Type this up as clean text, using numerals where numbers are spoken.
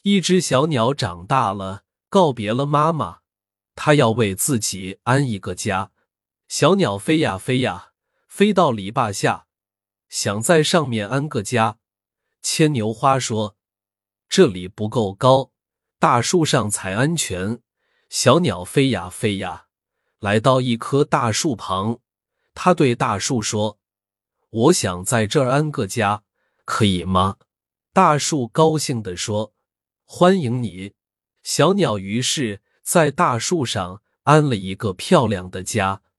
一只小鸟长大了，告别了妈妈，它要为自己安一个家。小鸟飞呀飞呀，飞到篱笆下，想在上面安个家。牵牛花说：“这里不够高，大树上才安全。”小鸟飞呀飞呀，来到一棵大树旁，它对大树说：“我想在这儿安个家，可以吗？”大树高兴地说：“欢迎你。”小鸟于是在大树上安了一个漂亮的家。